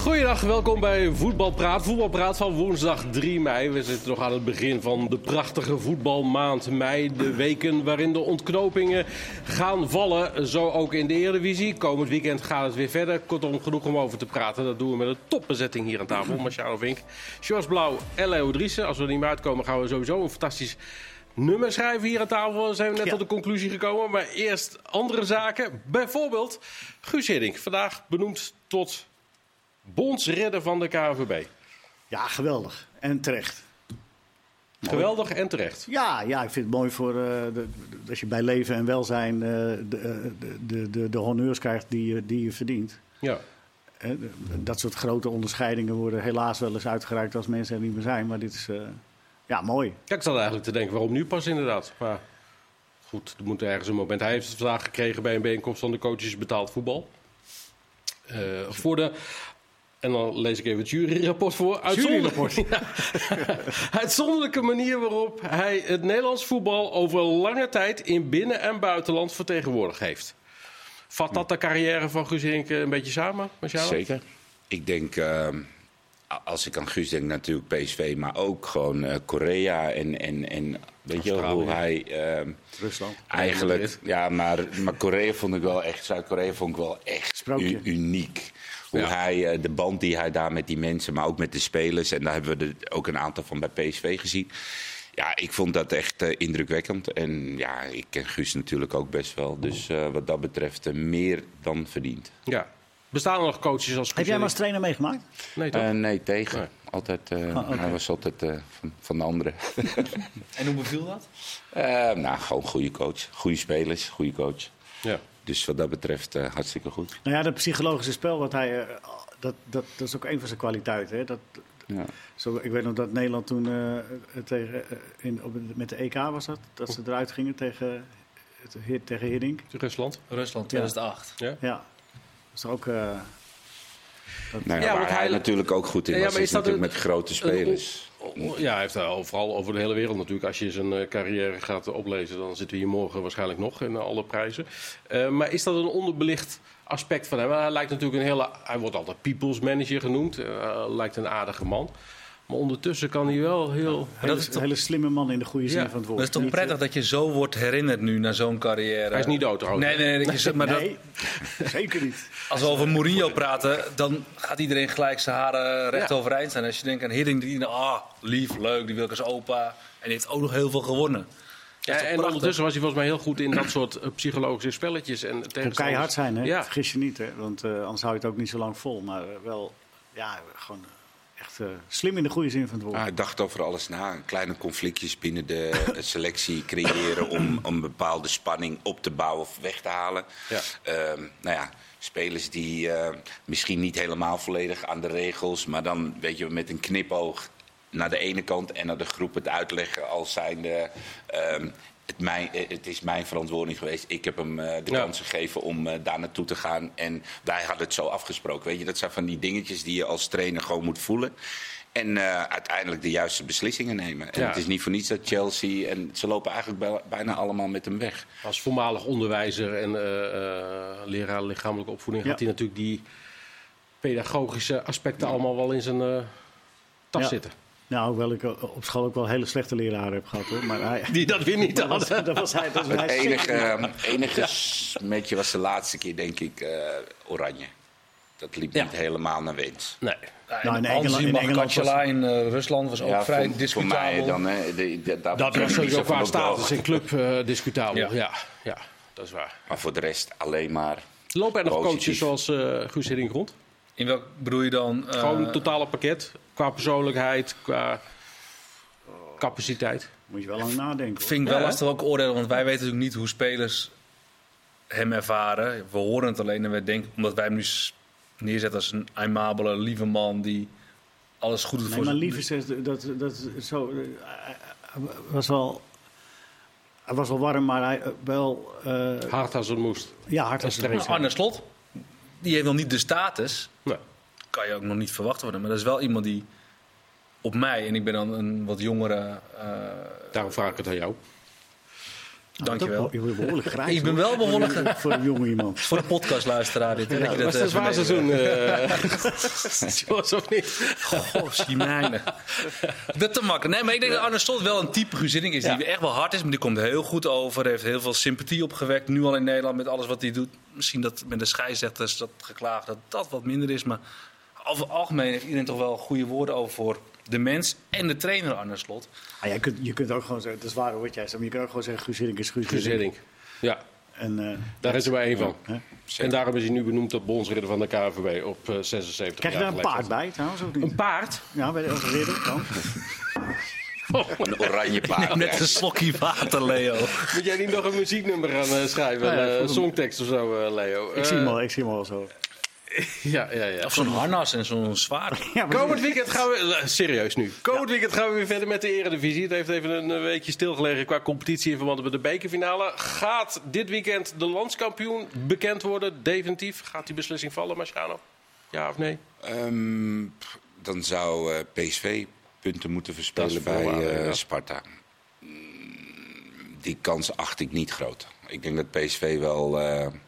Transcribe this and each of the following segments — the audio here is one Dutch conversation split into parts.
Goeiedag, welkom bij Voetbalpraat. Voetbalpraat van woensdag 3 mei. We zitten nog aan het begin van de prachtige voetbalmaand mei. De weken waarin de ontknopingen gaan vallen. Zo ook in de Eredivisie. Komend weekend gaat het weer verder. Kortom, genoeg om over te praten. Dat doen we met een topbezetting hier aan tafel. Marciano Vink, Sjors Blauw en Leo Driessen. Als we er niet meer uitkomen, gaan we sowieso een fantastisch nummer schrijven hier aan tafel. Zijn we net tot de conclusie gekomen. Maar eerst andere zaken. Bijvoorbeeld Guus Hiddink. Vandaag benoemd tot bondsredder van de KNVB. Ja, geweldig. En terecht. Geweldig en terecht. Ja, ik vind het mooi voor dat je bij leven en welzijn de honneurs krijgt die je verdient. Ja. Dat soort grote onderscheidingen worden helaas wel eens uitgereikt als mensen er niet meer zijn. Maar dit is mooi. Ja, ik zat eigenlijk te denken, waarom nu pas inderdaad? Maar goed, er moet ergens een moment. Hij heeft het vandaag gekregen bij een bijeenkomst van de coaches betaald voetbal. En dan lees ik even het juryrapport voor. Uitzonderlijke manier waarop hij het Nederlands voetbal over lange tijd in binnen- en buitenland vertegenwoordigd heeft. Vat dat de carrière van Guus Hiddink een beetje samen, Marciano? Zeker. Ik denk, als ik aan Guus denk, natuurlijk PSV, maar ook gewoon Korea en weet je wel, hoe hij Rusland. eigenlijk. Ja, maar Korea vond ik wel echt, Zuid-Korea vond ik wel echt uniek. Hoe hij, de band die hij daar met die mensen, maar ook met de spelers. En daar hebben we er ook een aantal van bij PSV gezien. Ja, ik vond dat echt indrukwekkend. En ja, ik ken Guus natuurlijk ook best wel. Dus wat dat betreft meer dan verdiend. Ja. Bestaan er nog coaches als Guus? Heb jij maar als trainer meegemaakt? Nee, toch? Nee, tegen. Nee. Altijd, Hij was altijd van de anderen. En hoe beviel dat? Gewoon goede coach. Goede spelers, goede coach. Ja. Dus wat dat betreft hartstikke goed. Nou ja, dat psychologische spel, wat hij, dat is ook een van zijn kwaliteiten. Hè? Ik weet nog dat Nederland toen met de EK was dat ze eruit gingen tegen Hiddink. Rusland. Rusland 2008. Ja. Ja, dat is ook. Waar hij natuurlijk ook goed in was, maar is natuurlijk met grote spelers. Ja, hij heeft overal over de hele wereld natuurlijk. Als je zijn carrière gaat oplezen, dan zitten we hier morgen waarschijnlijk nog in alle prijzen. Maar is dat een onderbelicht aspect van hem? Hij lijkt natuurlijk hij wordt altijd people's manager genoemd. Lijkt een aardige man. Maar ondertussen kan hij wel heel... Dat is een hele slimme man in de goede zin van het woord. Dat is toch prettig dat je zo wordt herinnerd nu naar zo'n carrière? Hij is niet dood trouwens. Nee, zeker niet. Als we over Mourinho praten, dan gaat iedereen gelijk zijn haren recht overeind staan. Als je denkt aan Hiddink, lief, leuk, die wil ik als opa. En die heeft ook nog heel veel gewonnen. Ja, en ondertussen was hij volgens mij heel goed in dat soort psychologische spelletjes. En het kan keihard zijn, hè? Ja. Vergis je niet, hè? Want anders hou je het ook niet zo lang vol. Maar wel, gewoon... Echt slim in de goede zin van het woord. Hij dacht over alles na. Kleine conflictjes binnen de selectie creëren om bepaalde spanning op te bouwen of weg te halen. Ja. Spelers die misschien niet helemaal volledig aan de regels, maar dan weet je met een knipoog naar de ene kant en naar de groep het uitleggen als zijnde... Het is mijn verantwoording geweest. Ik heb hem de kans gegeven om daar naartoe te gaan. En wij hadden het zo afgesproken. Weet je, dat zijn van die dingetjes die je als trainer gewoon moet voelen. En uiteindelijk de juiste beslissingen nemen. En het is niet voor niets dat Chelsea... En ze lopen eigenlijk bijna allemaal met hem weg. Als voormalig onderwijzer en leraar lichamelijke opvoeding... had hij natuurlijk die pedagogische aspecten allemaal wel in zijn tas zitten. Nou, hoewel ik op school ook wel hele slechte leraren heb gehad, hoor. Maar die dat weer niet hadden. Dat was hij. Het enige smetje was de laatste keer, denk ik, Oranje. Dat liep niet helemaal naar wens. Nee. In Engeland in Rusland was ook vrij discutabel. Voor mij dan, dat was sowieso qua status in club discutabel. Ja, dat is waar. Maar voor de rest alleen maar lopen er nog coaches zoals Guus Hiddink rond? In welk bedoel je dan? Gewoon het totale pakket. Qua persoonlijkheid, qua capaciteit. Moet je wel lang nadenken. Vind ik wel lastig ook oordelen, want wij weten natuurlijk niet hoe spelers hem ervaren. We horen het alleen en we denken, omdat wij hem nu neerzetten als een aimabele, lieve man die alles goed doet voor zijn... Maar lief is dat zo... Hij was wel warm, maar hij wel... hard als het moest. Ja, hard als het moest. Arne Slot, die heeft nog niet de status. Nee. Kan je ook nog niet verwacht worden. Maar dat is wel iemand die op mij, en ik ben dan een wat jongere... Daarom vraag ik het aan jou. Dankjewel. Je wordt behoorlijk grijs. Ik ben wel behoorlijk voor een jonge iemand. voor de podcastluisteraar dit. Ja, was het een zwaar seizoen, George, of niet? Goh, Simijnen. Dat te makkelijk. Nee, maar ik denk dat Arne Slot wel een type Guusink is die echt wel hard is. Maar die komt heel goed over. Heeft heel veel sympathie opgewekt. Nu al in Nederland met alles wat hij doet. Misschien dat met de scheidsrechters dat geklaagd dat wat minder is. Maar over het algemeen heeft iedereen toch wel goede woorden over voor de mens en de trainer Arne Slot. Je kunt ook gewoon zeggen, dat is waar wat jij zegt. Maar je kunt ook gewoon zeggen, Guus Hiddink is Guus Guus Hiddink. Hiddink. Ja. En, daar is er maar één van. Ja. En daarom is hij nu benoemd tot bondsridder van de KNVB op 76 Krijg je daar een paard bij trouwens? Of niet? Een paard? Ja, bij de ridder dan. Een oranje paard. Met een slokje water, Leo. Moet jij niet nog een muzieknummer gaan schrijven? Een songtekst of zo, Leo? Ik zie hem al zo. Ja. Of zo'n harnas en zo'n zwaard. Ja, Komend weekend gaan we... serieus nu. Komend weekend gaan we weer verder met de Eredivisie. Het heeft even een weekje stilgelegen qua competitie in verband met de bekerfinale. Gaat dit weekend de landskampioen bekend worden? Definitief. Gaat die beslissing vallen, Marciano? Ja of nee? Dan zou PSV punten moeten verspelen bij Sparta. Die kans acht ik niet groot. Ik denk dat PSV wel...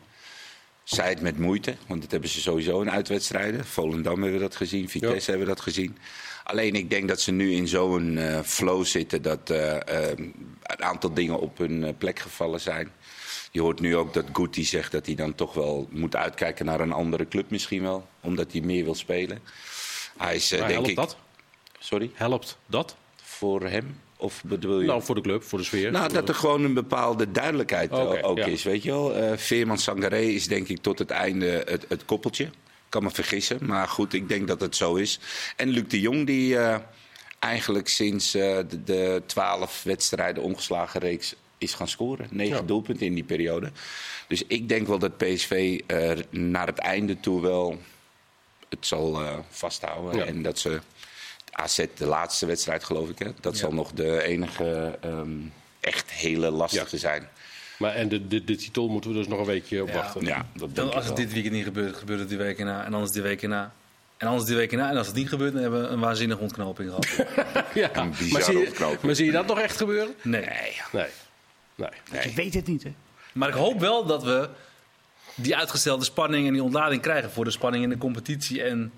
zij het met moeite, want dat hebben ze sowieso in uitwedstrijden. Volendam hebben we dat gezien, Vitesse hebben we dat gezien. Alleen ik denk dat ze nu in zo'n flow zitten dat een aantal dingen op hun plek gevallen zijn. Je hoort nu ook dat Guti zegt dat hij dan toch wel moet uitkijken naar een andere club misschien wel. Omdat hij meer wil spelen. Hij is, denk helpt ik... dat? Sorry? Helpt dat? Voor hem? Of bedoel je... Nou, voor de club, voor de sfeer. Nou, dat er gewoon een bepaalde duidelijkheid is, weet je wel. Veerman Sangaré is denk ik tot het einde het koppeltje. Ik kan me vergissen, maar goed, ik denk dat het zo is. En Luc de Jong, die eigenlijk sinds de 12 wedstrijden ongeslagen reeks is gaan scoren. 9 doelpunten in die periode. Dus ik denk wel dat PSV naar het einde toe wel het zal vasthouden. Ja. En dat ze... AZ, de laatste wedstrijd geloof ik, hè? Dat zal nog de enige echt hele lastige zijn. Maar en de titel moeten we dus nog een weekje op wachten. Ja, dat denk als het dit weekend niet gebeurt, gebeurt het die week erna. En anders die week erna. En anders die week erna. En als het niet gebeurt, dan hebben we een waanzinnige ontknoping gehad. Een bizarre ontknoping. Maar zie je dat nog echt gebeuren? Nee. Je weet het niet, hè? Maar ik hoop wel dat we die uitgestelde spanning en die ontlading krijgen voor de spanning in de competitie. En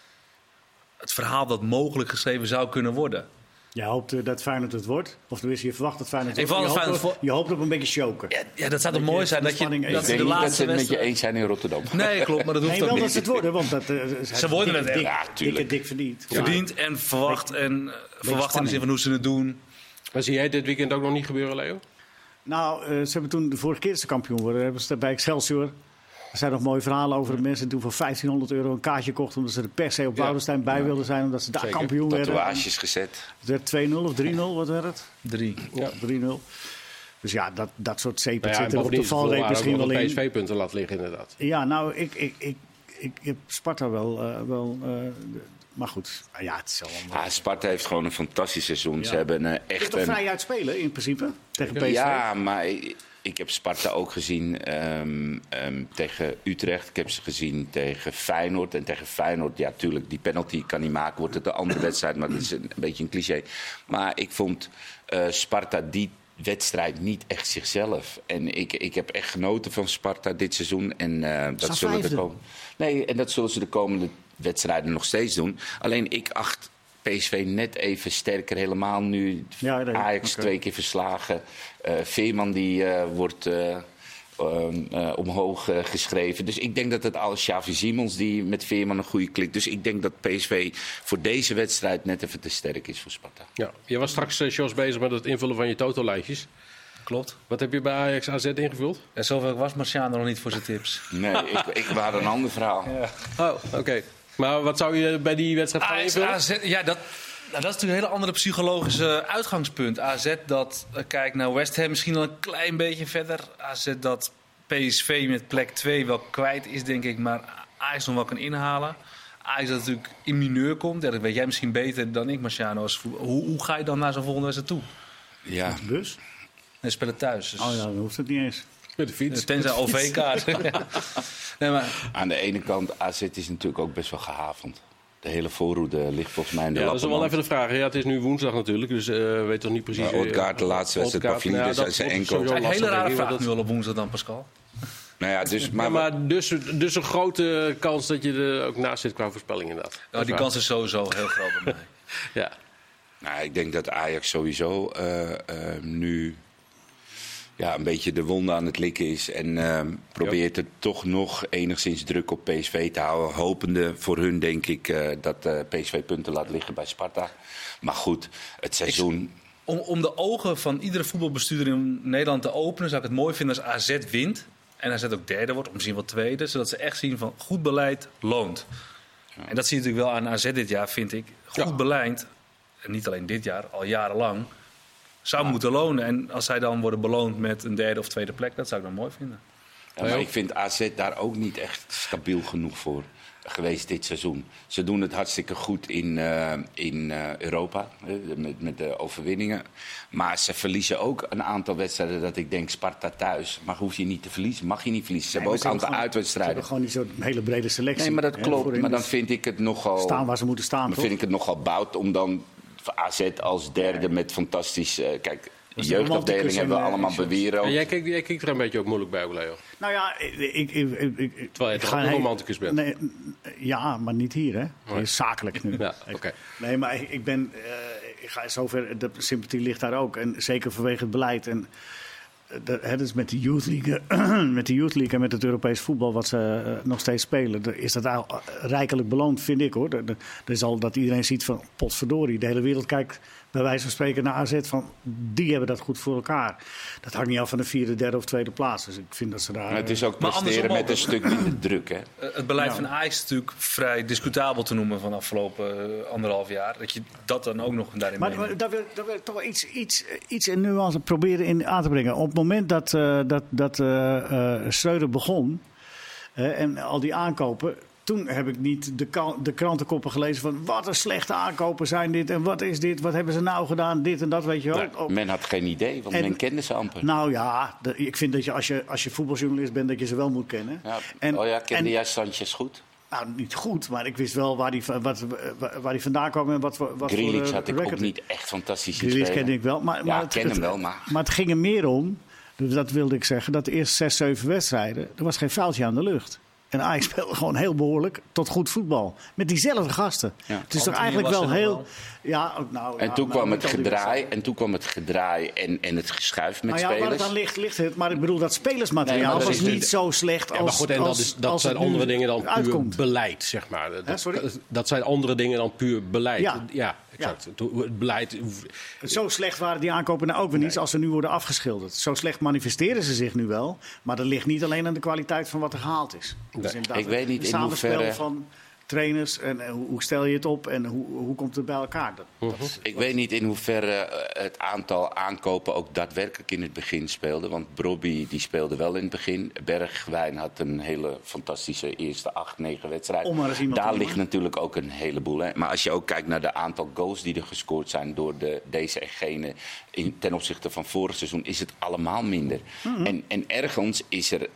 het verhaal dat mogelijk geschreven zou kunnen worden. Je hoopt dat Feyenoord het wordt? Of tenminste, je verwacht dat Feyenoord het wordt? Je hoopt op een beetje choken. Ja, dat zou toch mooi zijn dat ze de laatste dat ze het met je eens zijn in Rotterdam. Nee, klopt, maar dat hoeft ook wel niet. Dat ze het worden, want dat ze worden het dik verdiend. Verdiend en verwacht. En verwacht in de zin van hoe ze het doen. Maar zie jij dit weekend ook nog niet gebeuren, Leo? Nou, ze hebben toen de vorige keer ze kampioen worden. Hebben ze bij Excelsior... Er zijn nog mooie verhalen over de mensen die toen voor €1500 een kaartje kochten... omdat ze er per se op Woudenstein bij wilden zijn, omdat ze daar kampioen werden. Tatoeages gezet. Het werd 2-0 of 3-0, wat werd het? 3. Ja, 3-0. Dus ja, dat soort zeepert Nou zitten op de valreep misschien wel in. PSV-punten laat liggen, inderdaad. Ja, nou, ik heb Sparta wel maar goed, ja, het is allemaal... Sparta heeft gewoon een fantastisch seizoen. Ja. Ze hebben echt... Je kunt toch vrij uitspelen, in principe, tegen PSV? Ja, maar... Ik heb Sparta ook gezien tegen Utrecht. Ik heb ze gezien tegen Feyenoord. En tegen Feyenoord, ja, tuurlijk, die penalty kan niet maken. Wordt het een andere wedstrijd, maar dat is een beetje een cliché. Maar ik vond Sparta die wedstrijd niet echt zichzelf. En ik heb echt genoten van Sparta dit seizoen. En dat zullen ze de komende wedstrijden nog steeds doen. Alleen ik acht PSV net even sterker. Helemaal nu Ajax 2 keer verslagen. Veerman die wordt omhoog geschreven. Dus ik denk dat het al Xavi Simons die met Veerman een goede klik. Dus ik denk dat PSV voor deze wedstrijd net even te sterk is voor Sparta. Ja, je was straks, Jos, bezig met het invullen van je totolijstjes. Klopt. Wat heb je bij Ajax AZ ingevuld? Ja, zoveel was Marciano nog niet voor zijn tips. Nee, ik had een ander verhaal. Ja. Oh, oké. Maar wat zou je bij die wedstrijd gaan invullen? AZ, ja, dat is natuurlijk een hele andere psychologische uitgangspunt. AZ dat kijkt naar West Ham misschien al een klein beetje verder. AZ dat PSV met plek 2 wel kwijt is, denk ik. Maar Ajax nog wel kan inhalen. Ajax dat natuurlijk in mineur komt. Ja, dat weet jij misschien beter dan ik, Marciano. Hoe ga je dan naar zo'n volgende wedstrijd toe? Ja. Dus? Nee, spelen thuis. Dus... Oh ja, dan hoeft het niet eens. Met de fiets. Tenzij OV-kaart. Nee, maar... Aan de ene kant, AZ is natuurlijk ook best wel gehavend. De hele voorhoede ligt volgens mij in de Ja, dat is wel lappenmand. even de vraag. Ja, het is nu woensdag natuurlijk, dus weet toch niet precies... Odegaard, de laatste wedstrijd, Odegaard, Pavlidis en zijn enkel. sowieso Een hele lastig, rare denk ik, vraag want nu al op woensdag dan, Pascal. Nou ja, dus, Maar dus een grote kans dat je er ook naast zit qua voorspelling inderdaad. Nou, die kans is sowieso heel groot bij mij. Ja. Nou, ik denk dat Ajax sowieso nu een beetje de wonde aan het likken is. En probeert er toch nog enigszins druk op PSV te houden. Hopende voor hun, denk ik, dat PSV punten laat liggen bij Sparta. Maar goed, het seizoen... Om de ogen van iedere voetbalbestuurder in Nederland te openen, zou ik het mooi vinden als AZ wint. En AZ ook derde wordt, of misschien wel tweede. Zodat ze echt zien van goed beleid loont. Ja. En dat zie je natuurlijk wel aan AZ dit jaar, vind ik. Goed beleid, en niet alleen dit jaar, al jarenlang, zou moeten lonen. En als zij dan worden beloond met een derde of tweede plek, dat zou ik dan mooi vinden. Ja, maar ik vind AZ daar ook niet echt stabiel genoeg voor geweest dit seizoen. Ze doen het hartstikke goed in Europa, met de overwinningen. Maar ze verliezen ook een aantal wedstrijden dat ik denk Sparta thuis. Maar hoef je niet te verliezen, mag je niet verliezen. Ze hebben ook een aantal uitwedstrijden. Ze hebben gewoon niet zo'n hele brede selectie. Nee, maar dat klopt. Maar dan vind ik het nogal... Staan waar ze moeten staan, dan vind ik het nogal bout om dan AZ als derde met fantastisch... kijk, de jeugdafdeling hebben we allemaal beweren. En jij kijkt er een beetje ook moeilijk bij, Leo. Nou ja, Terwijl je toch een romanticus bent. Nee, ja, maar niet hier, hè? Nee. Zakelijk nu. Ja, okay. Nee, maar ik ga zover, de sympathie ligt daar ook. En zeker vanwege het beleid. En dus met de Youth League en met het Europees voetbal wat ze nog steeds spelen, is dat rijkelijk beloond, vind ik, hoor. Er is al dat iedereen ziet van, potverdorie, de hele wereld kijkt bij wijze van spreken naar AZ van, die hebben dat goed voor elkaar. Dat hangt niet af van de vierde, derde of tweede plaats. Dus ik vind dat ze daar... Maar het is ook presteren met een stuk minder druk, hè? Het beleid van Ajax is natuurlijk vrij discutabel te noemen van de afgelopen 1,5 jaar. Dat je dat dan ook nog daarin meeneemt. Maar daar wil ik toch wel iets in nuance proberen in aan te brengen. Op het moment dat Schreuder begon en al die aankopen... Toen heb ik niet de krantenkoppen gelezen van wat een slechte aankopen zijn dit en wat is dit, wat hebben ze nou gedaan, dit en dat, weet je wel. Ja, men had geen idee, want men kende ze amper. Nou ja, ik vind dat je als je voetbaljournalist bent, dat je ze wel moet kennen. Ja. Kende jij Sanchez goed? Nou, niet goed, maar ik wist wel waar die vandaan kwam en wat Grealish had ik ook niet echt fantastisch zien spelen. Grealish kende ik wel. Maar ken hem wel, maar... Maar het ging er meer om, dus dat wilde ik zeggen, dat de eerste 6-7 wedstrijden, er was geen foutje aan de lucht. En Ajax speelde gewoon heel behoorlijk tot goed voetbal. Met diezelfde gasten. Ja. Het is toch eigenlijk wel heel... Ja, en toen kwam het gedraai en het geschuif met spelers. Waar het aan ligt het. Maar ik bedoel, dat spelersmateriaal was niet zo slecht als... Ja, maar goed, en dat zijn andere dingen dan puur beleid, zeg maar. Dat zijn andere dingen dan puur beleid. Ja, exact. Ja. Het beleid... Zo slecht waren die aankopen nou ook weer niet als ze nu worden afgeschilderd. Zo slecht manifesteren ze zich nu wel. Maar dat ligt niet alleen aan de kwaliteit van wat er gehaald is. Dus ik weet niet in hoeverre... van trainers en hoe stel je het op en hoe komt het bij elkaar? Ik weet niet in hoeverre het aantal aankopen ook daadwerkelijk in het begin speelde. Want Brobby die speelde wel in het begin. Bergwijn had een hele fantastische eerste 8-9 wedstrijden. Daar ligt natuurlijk ook een heleboel. Hè. Maar als je ook kijkt naar de aantal goals die er gescoord zijn door deze en gene ten opzichte van vorig seizoen, is het allemaal minder. Mm-hmm. En ergens is er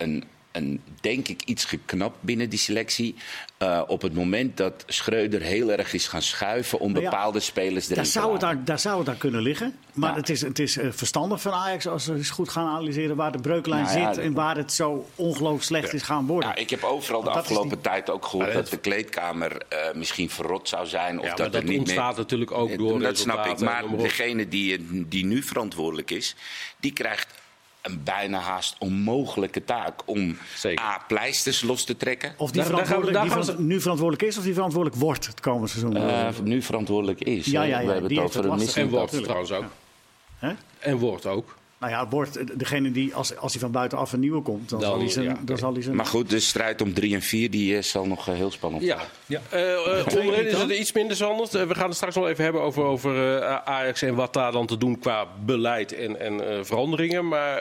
denk ik iets geknapt binnen die selectie. Op het moment dat Schreuder heel erg is gaan schuiven om bepaalde spelers erin te laten. Daar zou het aan kunnen liggen. Maar het is verstandig van Ajax als ze eens goed gaan analyseren waar de breuklijn zit en waar het zo ongelooflijk slecht is gaan worden. Ja, ik heb overal de afgelopen tijd ook gehoord dat de kleedkamer misschien verrot zou zijn. Of dat er niet ontstaat meer... natuurlijk ook door dat snap ik. Maar degene die nu verantwoordelijk is, die krijgt een bijna haast onmogelijke taak om pleisters los te trekken. Of die nu verantwoordelijk is of die verantwoordelijk wordt het komende seizoen? Nu verantwoordelijk is. Ja, we hebben het over een en wordt trouwens ook. Ja. En wordt ook. Nou ja, wordt degene die als hij van buitenaf een nieuwe komt, dan zal hij zijn... Maar goed, de strijd om 3 en 4 die zal nog heel spannend zijn. Onderin is het iets minder spannend. We gaan het straks nog even hebben over Ajax en wat daar dan te doen qua beleid en veranderingen. Maar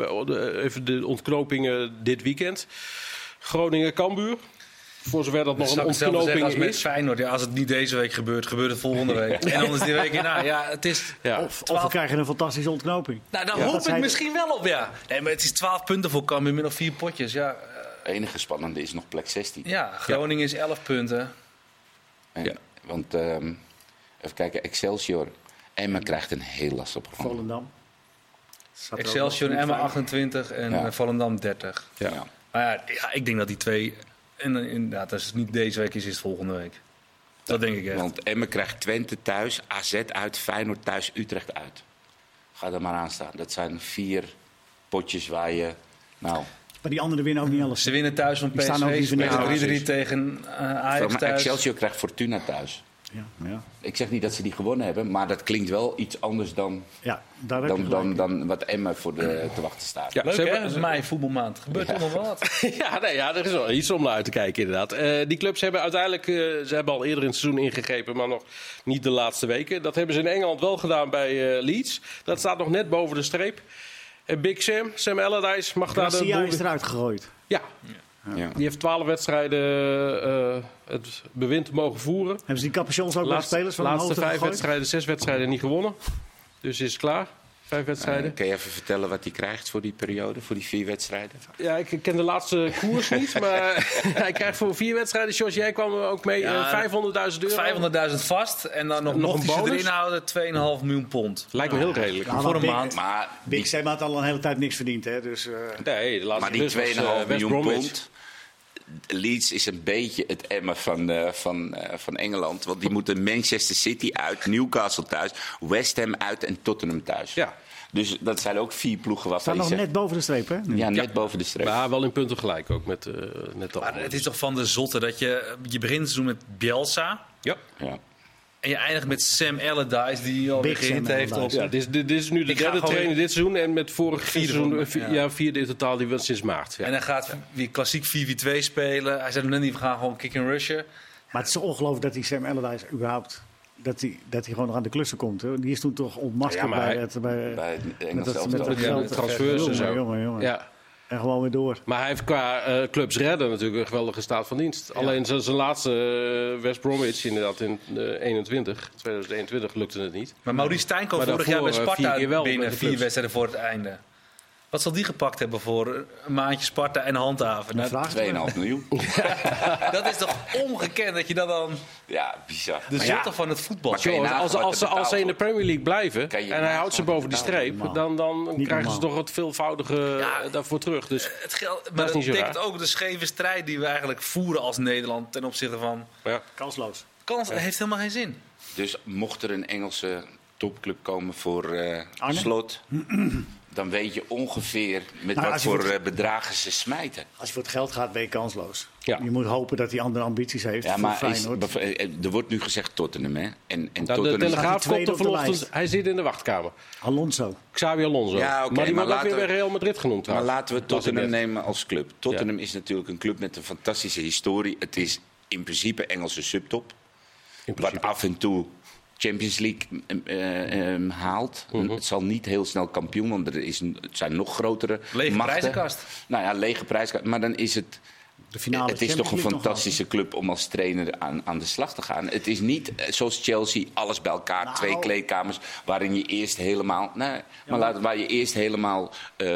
even de ontknopingen dit weekend. Groningen-Cambuur. Voor zover dat nog een ontknoping als is. Met Feyenoord, als het niet deze week gebeurt, gebeurt het volgende week. En dan is die week erna. Ja, het is of we krijgen een fantastische ontknoping. Nou, daar hoop ik misschien wel op, ja. Nee, maar het is 12 punten voor Cambuur met nog 4 potjes. Ja. Het enige spannende is nog plek 16. Ja, Groningen is 11 punten. Ja. Want even kijken, Excelsior. Emmen krijgt een heel lastig programma. Volendam. Excelsior en Emmen 28 en Volendam 30. Ja. Maar ja, ik denk dat die twee... En inderdaad, als het niet deze week is het volgende week. Dat denk ik echt. Want Emmen krijgt Twente thuis, AZ uit, Feyenoord thuis, Utrecht uit. Ga er maar aan staan. Dat zijn 4 potjes waar je... Nou, Maar die anderen winnen ook niet alles. Ze winnen thuis van Die staan ook PSV, liever spelen 3-3 niet. tegen Ajax maar thuis. Excelsior krijgt Fortuna thuis. Ja. Ik zeg niet dat ze die gewonnen hebben, maar dat klinkt wel iets anders dan Daar heb je gelijk. dan wat Emmen voor te wachten staat. Ja, Leuk ze hè, hebben- dat is mei voetbalmaand. Gebeurt allemaal wat. Ja, er is wel iets om naar uit te kijken inderdaad. Die clubs hebben uiteindelijk, ze hebben al eerder in het seizoen ingegrepen, maar nog niet de laatste weken. Dat hebben ze in Engeland wel gedaan bij Leeds. Dat staat nog net boven de streep. Big Sam Allardyce mag daar de Garcia boel... is eruit gegooid. Ja, Ja. die heeft 12 wedstrijden het bewind mogen voeren. Hebben ze die capuchons ook bij de spelers van hun laatste hoofd 5 gegooid? wedstrijden, 6 wedstrijden niet gewonnen. Dus is het klaar. 5 wedstrijden. Kan je even vertellen wat hij krijgt voor die periode, voor die 4 wedstrijden? Ja, ik ken de laatste koers niet, maar hij krijgt voor 4 wedstrijden. Jos, jij kwam er ook mee. Ja, €500.000. 500.000 vast en dan nog Nog een mocht hij ze bonus? erin houden, 2,5 miljoen pond. Lijkt me heel redelijk. Ja, Voor maar een Big- maand. Maar Big Sam had al een hele tijd niks verdiend, hè? Dus, Nee, de laatste Maar die klus was, 2,5 West miljoen Bromwich. pond. Leeds is een beetje het Emmen van Engeland. Want die moeten Manchester City uit, Newcastle thuis, West Ham uit en Tottenham thuis. Ja. Dus dat zijn ook 4 ploegen waarvan staat je nog zegt... net boven de streep, hè? Nu. Ja, net Ja. boven de streep. Maar wel in punten gelijk ook met net al. Maar het is toch van de zotte dat je begint te doen met Bielsa Ja. Ja. en je eindigt met Sam Allardyce die al Big geïnt Sam heeft op... Allardyce. Ja, dit is nu de Ik ga derde gewoon trainer dit seizoen en met vorig Vierde seizoen van- ja, vierde in totaal die was sinds maart. Ja. En hij gaat weer klassiek 4-4-2 spelen. Hij zei nog net niet, we gaan gewoon kick and rushen. Maar het is ongelooflijk dat die Sam Allardyce überhaupt... Dat hij gewoon nog aan de klussen komt. Hè? Die is toen toch ontmaskerd Ja, maar bij hij- het... Bij het met Engelse dat, elftal. met dat Ja, geld. met transfers en zo. Jongen. Ja. En gewoon weer door. Maar hij heeft qua clubs redden natuurlijk een geweldige staat van dienst. Alleen zijn laatste West Bromwich inderdaad in 2021 lukte het niet. Maar Maurice Stijn kwam Maar vorig jaar bij daarvoor, 4 Sparta keer wel binnen met de 4 clubs. wedstrijden voor het einde. Wat zal die gepakt hebben voor een maandje Sparta en handhaven? Nou, Vraag het maar. 2,5 miljoen. dat is toch ongekend dat je dat dan... Ja, bizar. De Maar zotte van het voetbal. Maar kan je nagaan wat er Als ze in de betaald Premier League blijven Kan je en hij nagaan houdt ze wat er boven die betaald streep, wordt? dan Niet krijgen ze normaal. toch het veelvoudige Ja. daarvoor terug. Dus Het geld, is maar dat niet zo betekent raar. ook de scheve strijd die we eigenlijk voeren als Nederland ten opzichte van... ja. Kansloos. Kans heeft helemaal geen zin. Dus mocht er een Engelse topclub komen voor Arne? Slot, dan weet je ongeveer met Nou, wat als je voor voor- bedragen ze smijten. Als je voor het geld gaat, ben je kansloos. Ja. Je moet hopen dat hij andere ambities heeft. Ja, voor maar Feyenoord. er wordt nu gezegd Tottenham, hè? En Nou, de Tottenham... Telegraaf tweede kopte op de vanochtend, lijst. hij zit in de wachtkamer. Alonso. Xabi Alonso. Ja, oké, maar die maar wordt ook weer laten bij Real Madrid genoemd Maar trouwens. laten we Dat was Tottenham het net. nemen als club. Tottenham is natuurlijk een club met een fantastische historie. Het is in principe Engelse subtop. In Wat principe. af en toe Champions League haalt. Het zal niet heel snel kampioen, want het zijn nog grotere Lege machten. prijzenkast. Nou ja, lege prijzenkast. Maar dan is het... De finale Het is toch een Champions League fantastische club om als trainer aan de slag te gaan. Het is niet zoals Chelsea, alles bij elkaar, Nou. 2 kleedkamers, waarin je eerst helemaal... Nee, maar waar je eerst helemaal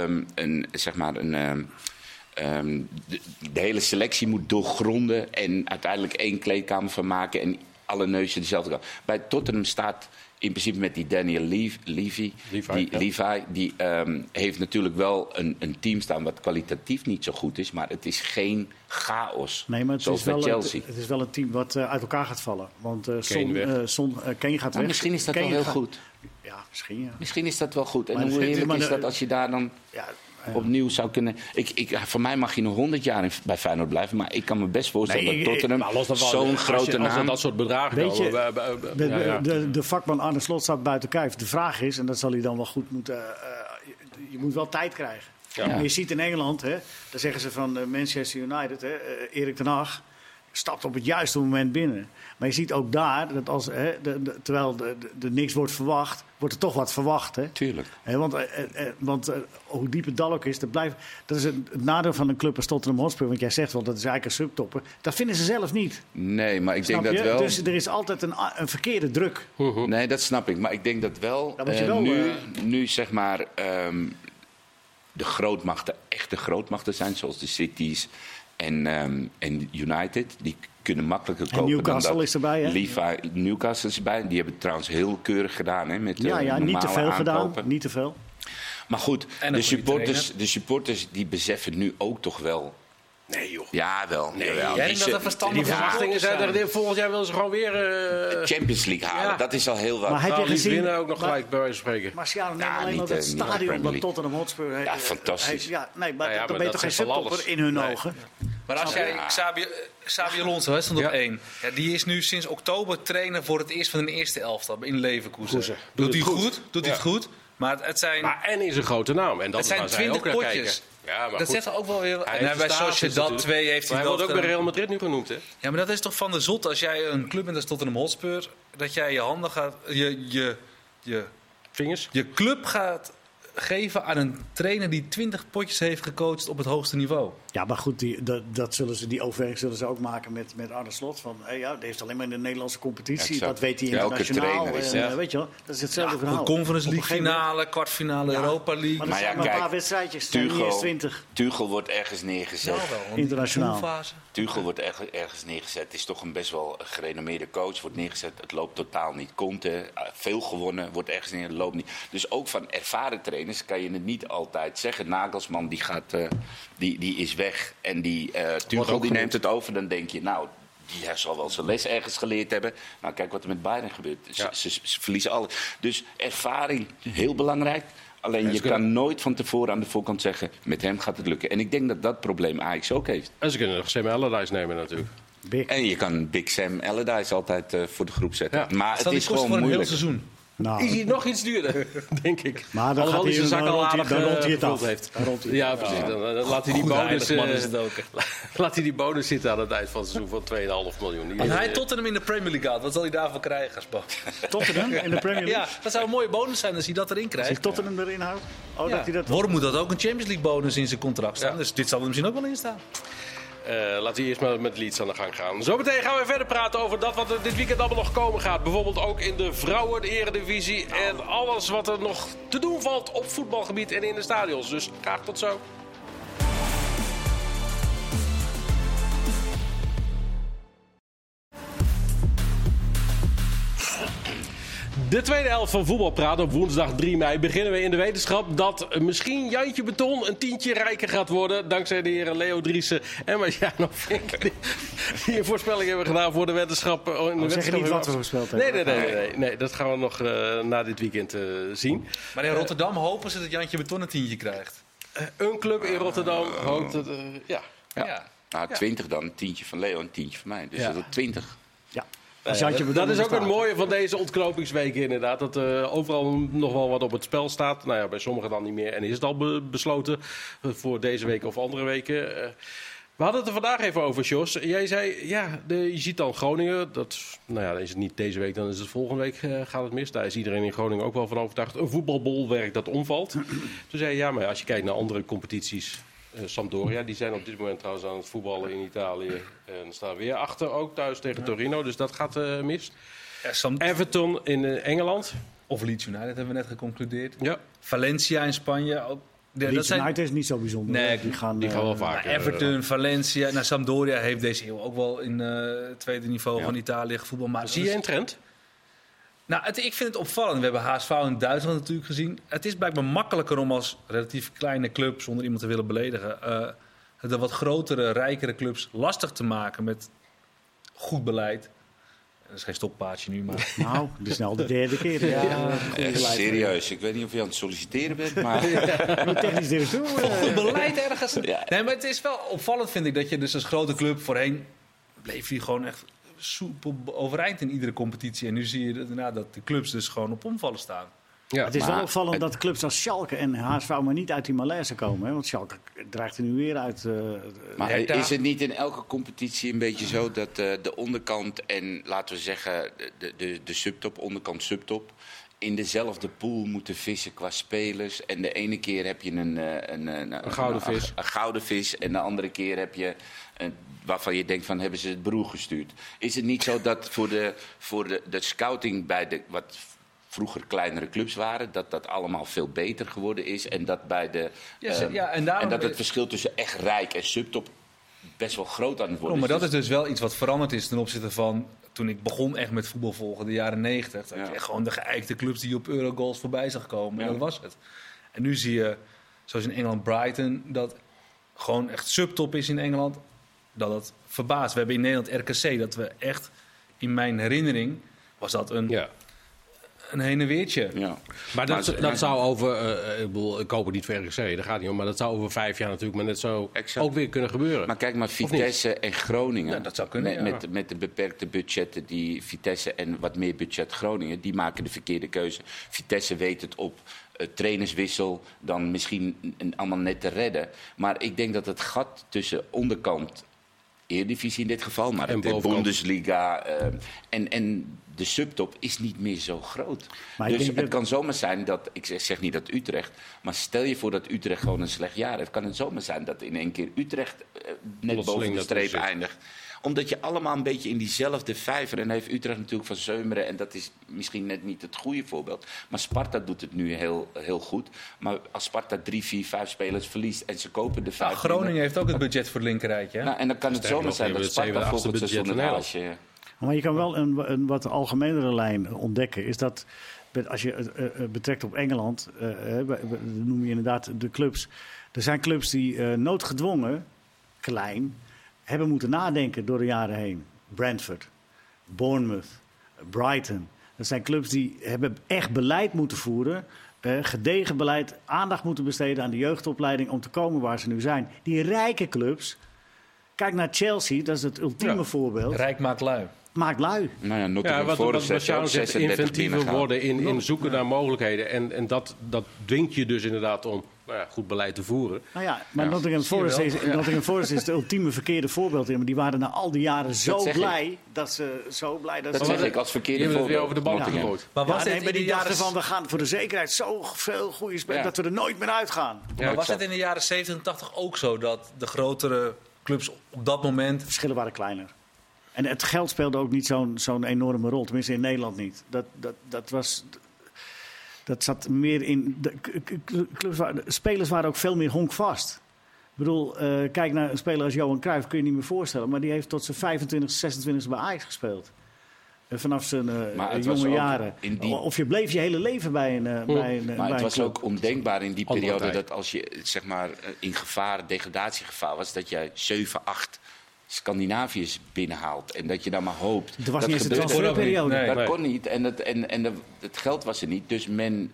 de hele selectie moet doorgronden en uiteindelijk 1 kleedkamer van maken en alle neuzen dezelfde kant. Bij Tottenham staat in principe met die Daniel Levy, die heeft natuurlijk wel een team staan wat kwalitatief niet zo goed is, maar het is geen chaos Nee, maar het zoals is, bij wel, Chelsea. het is wel een team wat uit elkaar gaat vallen. Want weg. Kane gaat Nou, weg. misschien is dat Kane wel heel gaat- goed. Ja, misschien ja. Misschien is dat wel goed. En Maar hoe het- heerlijk maar is de- dat als je daar dan ja opnieuw zou kunnen... Voor mij mag je nog 100 jaar bij Feyenoord blijven, maar ik kan me best voorstellen Nee, dat Tottenham Maar los daarvan, zo'n als grote je- als er naam... dat soort bedragen Weet je, komen. de vakman Arne Slot staat buiten kijf. De vraag is, en dat zal hij dan wel goed moeten... je moet wel tijd krijgen. Ja. Maar je ziet in Engeland, hè, daar zeggen ze van Manchester United, hè, Erik ten Hag stapt op het juiste moment binnen. Maar je ziet ook daar, dat als, terwijl er niks wordt verwacht, wordt er toch wat verwacht. Hè? Tuurlijk. Want hoe diep het dal ook is, dat is het nadeel van een club als Tottenham Hotspur. Want jij zegt wel, dat is eigenlijk een subtopper. Dat vinden ze zelf niet. Nee, maar ik Snap denk dat je? wel... Dus er is altijd een verkeerde druk. Nee, dat snap ik. Maar ik denk dat wel, Dat moet je wel, nu zeg maar de grootmachten, echte grootmachten zijn, zoals de Cities en United, die kunnen makkelijker En kopen Newcastle dan dat. is erbij, hè? Newcastle is erbij. Die hebben het trouwens heel keurig gedaan. Hè, met Ja, niet te veel aankopen. gedaan. Niet te veel. Maar goed, En de een goede supporters die beseffen nu ook toch wel... Nee, joh. Ja, wel. Nee, jawel. Jij denkt dat er verstandig Die verwachtingen zijn er. Volgend jaar willen ze gewoon weer... Champions League halen, Ja. dat is al heel wat. Maar heb je die gezien... winnen ook nog maar- gelijk bij wijze van spreken. Maar Sjaal, neem Ja, alleen niet, maar dat niet naar stadion Premier dat League. Tottenham Hotspur heeft. Ja, fantastisch. Ja, nee, maar Nou ja, dan maar ben je dat toch geen zegt wel subtopper alles. in hun Nee. ogen? Maar als jij Xabi Alonso, hè, stond op 1. Ja, die is nu sinds oktober trainer voor het eerst van een eerste elftal in Leverkusen. Doet hij goed? Doet hij het goed? Maar het zijn... Maar en is een grote naam. En dat Het zijn waar zij 20 ook naar potjes. kijken. Ja, maar dat goed. zegt ook wel weer... Hij En heeft bij de status Sociedad natuurlijk. 2 heeft hij Maar hij wordt dat... ook bij Real Madrid nu genoemd, hè? Ja, maar dat is toch van de zot als jij een club bent als Tottenham Hotspur... dat jij je handen gaat... Vingers? Je club gaat geven aan een trainer die 20 potjes heeft gecoacht op het hoogste niveau. Ja, maar goed, die overweging zullen ze ook maken met Arne Slot. Van, die heeft alleen maar in de Nederlandse competitie. Exact. Dat weet hij Elke internationaal. trainer is En, dat. weet je wel, dat is hetzelfde verhaal. Een Conference Op een League gegeven moment- finale, kwartfinale, Ja, Europa League. Maar er Maar zijn ja, maar een kijk, paar wedstrijdjes. Het zijn niet eens 20. Tuchel wordt ergens neergezet. Ja, wel, want die Internationaal. poolfase. Tuchel wordt ergens neergezet. Het is toch een best wel gerenommeerde coach. Wordt neergezet. Het loopt totaal niet. Conte, veel gewonnen. Wordt ergens neer. Het loopt niet. Dus ook van ervaren trainers kan je het niet altijd zeggen. Nagelsman die is weg. En Tuchel die neemt het over. Dan denk je, nou, die zal wel zijn les ergens geleerd hebben. Nou, kijk wat er met Bayern gebeurt. Ze verliezen alles. Dus ervaring, heel belangrijk. Alleen je kan nooit van tevoren aan de voorkant zeggen... met hem gaat het lukken. En ik denk dat dat probleem Ajax ook heeft. En ze kunnen nog Sam Allardyce nemen natuurlijk. Big. En je kan Big Sam Allardyce altijd voor de groep zetten. Ja. Maar Zal het die is kosten gewoon voor een heel moeilijk. seizoen? Nou, Is hij nog iets duurder, denk ik. maar dan Alhoewel gaat hij, zijn zak dan al rond hij, aardig dan rond hij het gevuld af. heeft. Dan rond hij het Ja, af. precies. Dan laat hij die Goed bonus... heilig man is het ook. Laat hij die bonus zitten aan het eind van het seizoen van 2,5 miljoen. Als hij Tottenham in de Premier League haalt, wat zal hij daarvoor krijgen als bonus? Tottenham in de Premier League. Ja, dat zou een mooie bonus zijn als hij dat erin Als krijgt. hij Tottenham erin houdt. Oh, dat hij dat... Worm moet dat ook een Champions League bonus in zijn contract staan. Ja. Dus dit zal er misschien ook wel in staan. Laten we eerst maar met Leeds aan de gang gaan. Zometeen gaan we verder praten over dat wat er dit weekend allemaal nog komen gaat. Bijvoorbeeld ook in de vrouwen, de eredivisie. En alles wat er nog te doen valt op voetbalgebied en in de stadions. Dus graag tot zo. De tweede helft van Voetbalpraat op woensdag 3 mei beginnen we in de wetenschap dat misschien Jantje Beton een tientje rijker gaat worden. Dankzij de heren Leo Driessen en Marciano Vink. Die een voorspelling hebben gedaan voor de wetenschap. Zeg niet wat we voorspeld hebben. Nee, dat gaan we nog na dit weekend zien. Maar in Rotterdam hopen ze dat Jantje Beton een tientje krijgt. Een club in Rotterdam hoopt het, ja. Ja. Nou, 20 dan. Een tientje van Leo, een tientje van mij. Dus Ja. dat is 20. Ja. Als Jantje Beton Dat is ook bestaat. het mooie van deze ontknopingsweken inderdaad. Dat overal nog wel wat op het spel staat. Nou ja, bij sommigen dan niet meer. En is het al besloten voor deze week of andere weken. We hadden het er vandaag even over, Jos. Jij zei, ja, je ziet dan Groningen. Nou ja, dan is het niet deze week, dan is het volgende week gaat het mis. Daar is iedereen in Groningen ook wel van overtuigd. Een voetbalbolwerk dat omvalt. Toen zei je, ja, maar als je kijkt naar andere competities... Sampdoria, die zijn op dit moment trouwens aan het voetballen in Italië. En staan weer achter, ook thuis tegen Torino. Dus dat gaat mis. Ja, Everton in Engeland. Of Leeds United hebben we net geconcludeerd. Ja. Valencia in Spanje. Ook. Leeds United is niet zo bijzonder. Nee, die gaan wel vaak. Maar Everton, Valencia. Sampdoria heeft deze eeuw ook wel in het tweede niveau van Italië gevoetbald. Maar Zie je een trend? Nou, ik vind het opvallend. We hebben HSV in Duitsland natuurlijk gezien. Het is blijkbaar makkelijker om als relatief kleine club, zonder iemand te willen beledigen, de wat grotere, rijkere clubs lastig te maken met goed beleid. Dat is geen stokpaardje nu, maar... Nou, dit is nou de derde keer. Ja, Serieus, ik weet niet of je aan het solliciteren bent, maar... technisch directeur. Goed beleid ergens. Ja. Nee, maar het is wel opvallend, vind ik, dat je dus als grote club voorheen bleef je gewoon echt soepel overeind in iedere competitie. En nu zie je dat de clubs dus gewoon op omvallen staan. Ja. Het is wel Maar opvallend dat clubs als Schalke en HSV maar niet uit die malaise komen. Hè? Want Schalke dreigt er nu weer uit. Maar Hertha. is het niet in elke competitie een beetje zo dat de onderkant en, laten we zeggen, de subtop, onderkant, subtop, in dezelfde pool moeten vissen qua spelers? En de ene keer heb je een gouden vis. Een gouden vis en de andere keer heb je waarvan je denkt van, hebben ze het broer gestuurd? Is het niet zo dat voor de scouting bij de wat vroeger kleinere clubs waren, dat allemaal veel beter geworden is en dat bij de Ja, en daarom en dat het verschil tussen echt rijk en subtop best wel groot aan het worden. Maar dat is dus wel iets wat veranderd is ten opzichte van toen ik begon echt met voetbal volgen, de jaren 90. Dat je echt gewoon de geëikte clubs die op Eurogoals voorbij zag komen. En dat was het. En nu zie je, zoals in Engeland Brighton, dat gewoon echt subtop is in Engeland. Dat het verbaast. We hebben in Nederland RKC, dat we echt, in mijn herinnering, was dat een heen en weertje. Ja. Maar dat zou over, ik hoop het niet voor RKC, daar gaat niet om. Maar dat zou over 5 jaar natuurlijk maar net zo ook weer kunnen gebeuren. Maar kijk maar, Vitesse en Groningen. Ja, dat zou kunnen, met de beperkte budgetten die Vitesse en wat meer budget Groningen, die maken de verkeerde keuze. Vitesse weet het op trainerswissel dan misschien allemaal net te redden. Maar ik denk dat het gat tussen onderkant, Eredivisie in dit geval, maar de Bundesliga en de subtop is niet meer zo groot. Maar dus het kan zomaar zijn dat, ik zeg niet dat Utrecht, maar stel je voor dat Utrecht gewoon een slecht jaar heeft, kan het zomaar zijn dat in één keer Utrecht net boven de streep eindigt. Omdat je allemaal een beetje in diezelfde vijver, en dan heeft Utrecht natuurlijk van Zeumeren, en dat is misschien net niet het goede voorbeeld. Maar Sparta doet het nu heel goed. Maar als Sparta 3, 4, 5 spelers verliest en ze kopen de 5... Groningen heeft ook het budget voor het linkerrijtje. Hè? Nou, en dan kan het zomaar zijn dat Sparta volgend seizoen een haasje... Maar je kan wel een wat algemenere lijn ontdekken. Is dat als je het betrekt op Engeland, noem je inderdaad de clubs. Er zijn clubs die noodgedwongen, klein, hebben moeten nadenken door de jaren heen. Brentford, Bournemouth, Brighton. Dat zijn clubs die hebben echt beleid moeten voeren. Gedegen beleid, aandacht moeten besteden aan de jeugdopleiding om te komen waar ze nu zijn. Die rijke clubs, kijk naar Chelsea, dat is het ultieme voorbeeld. Rijk maakt lui. Maakt lui. Nou ja, wat Bastiaan zegt, inventiever worden in zoeken naar mogelijkheden. En dat dwingt je dus inderdaad om goed beleid te voeren. Nou ja, maar Nottingham Forest is het ultieme verkeerde voorbeeld. Maar die waren na al die jaren zo blij dat ze Dat zeg ik als verkeerde voorbeeld. Je hebt het weer over de bank gegooid. Maar was het die dachten van, we gaan voor de zekerheid zoveel goede spelers dat we er nooit meer uitgaan. Maar was het in de jaren 70 en 80 ook zo dat de grotere clubs op dat moment... De verschillen waren kleiner. En het geld speelde ook niet zo'n enorme rol. Tenminste in Nederland niet. Dat zat meer in... Spelers waren ook veel meer honkvast. Ik bedoel, kijk naar een speler als Johan Cruijff, kun je niet meer voorstellen. Maar die heeft tot zijn 25, 26 bij Ajax gespeeld. Vanaf zijn jonge jaren. Of je bleef je hele leven bij een Maar het was club. ook ondenkbaar in die periode dat als je zeg maar in degradatiegevaar was, dat jij 7, 8 Scandinaviërs binnenhaalt. En dat je dan maar hoopt. Er was niet eens een transferperiode. Dat kon niet. En het geld was er niet. Dus men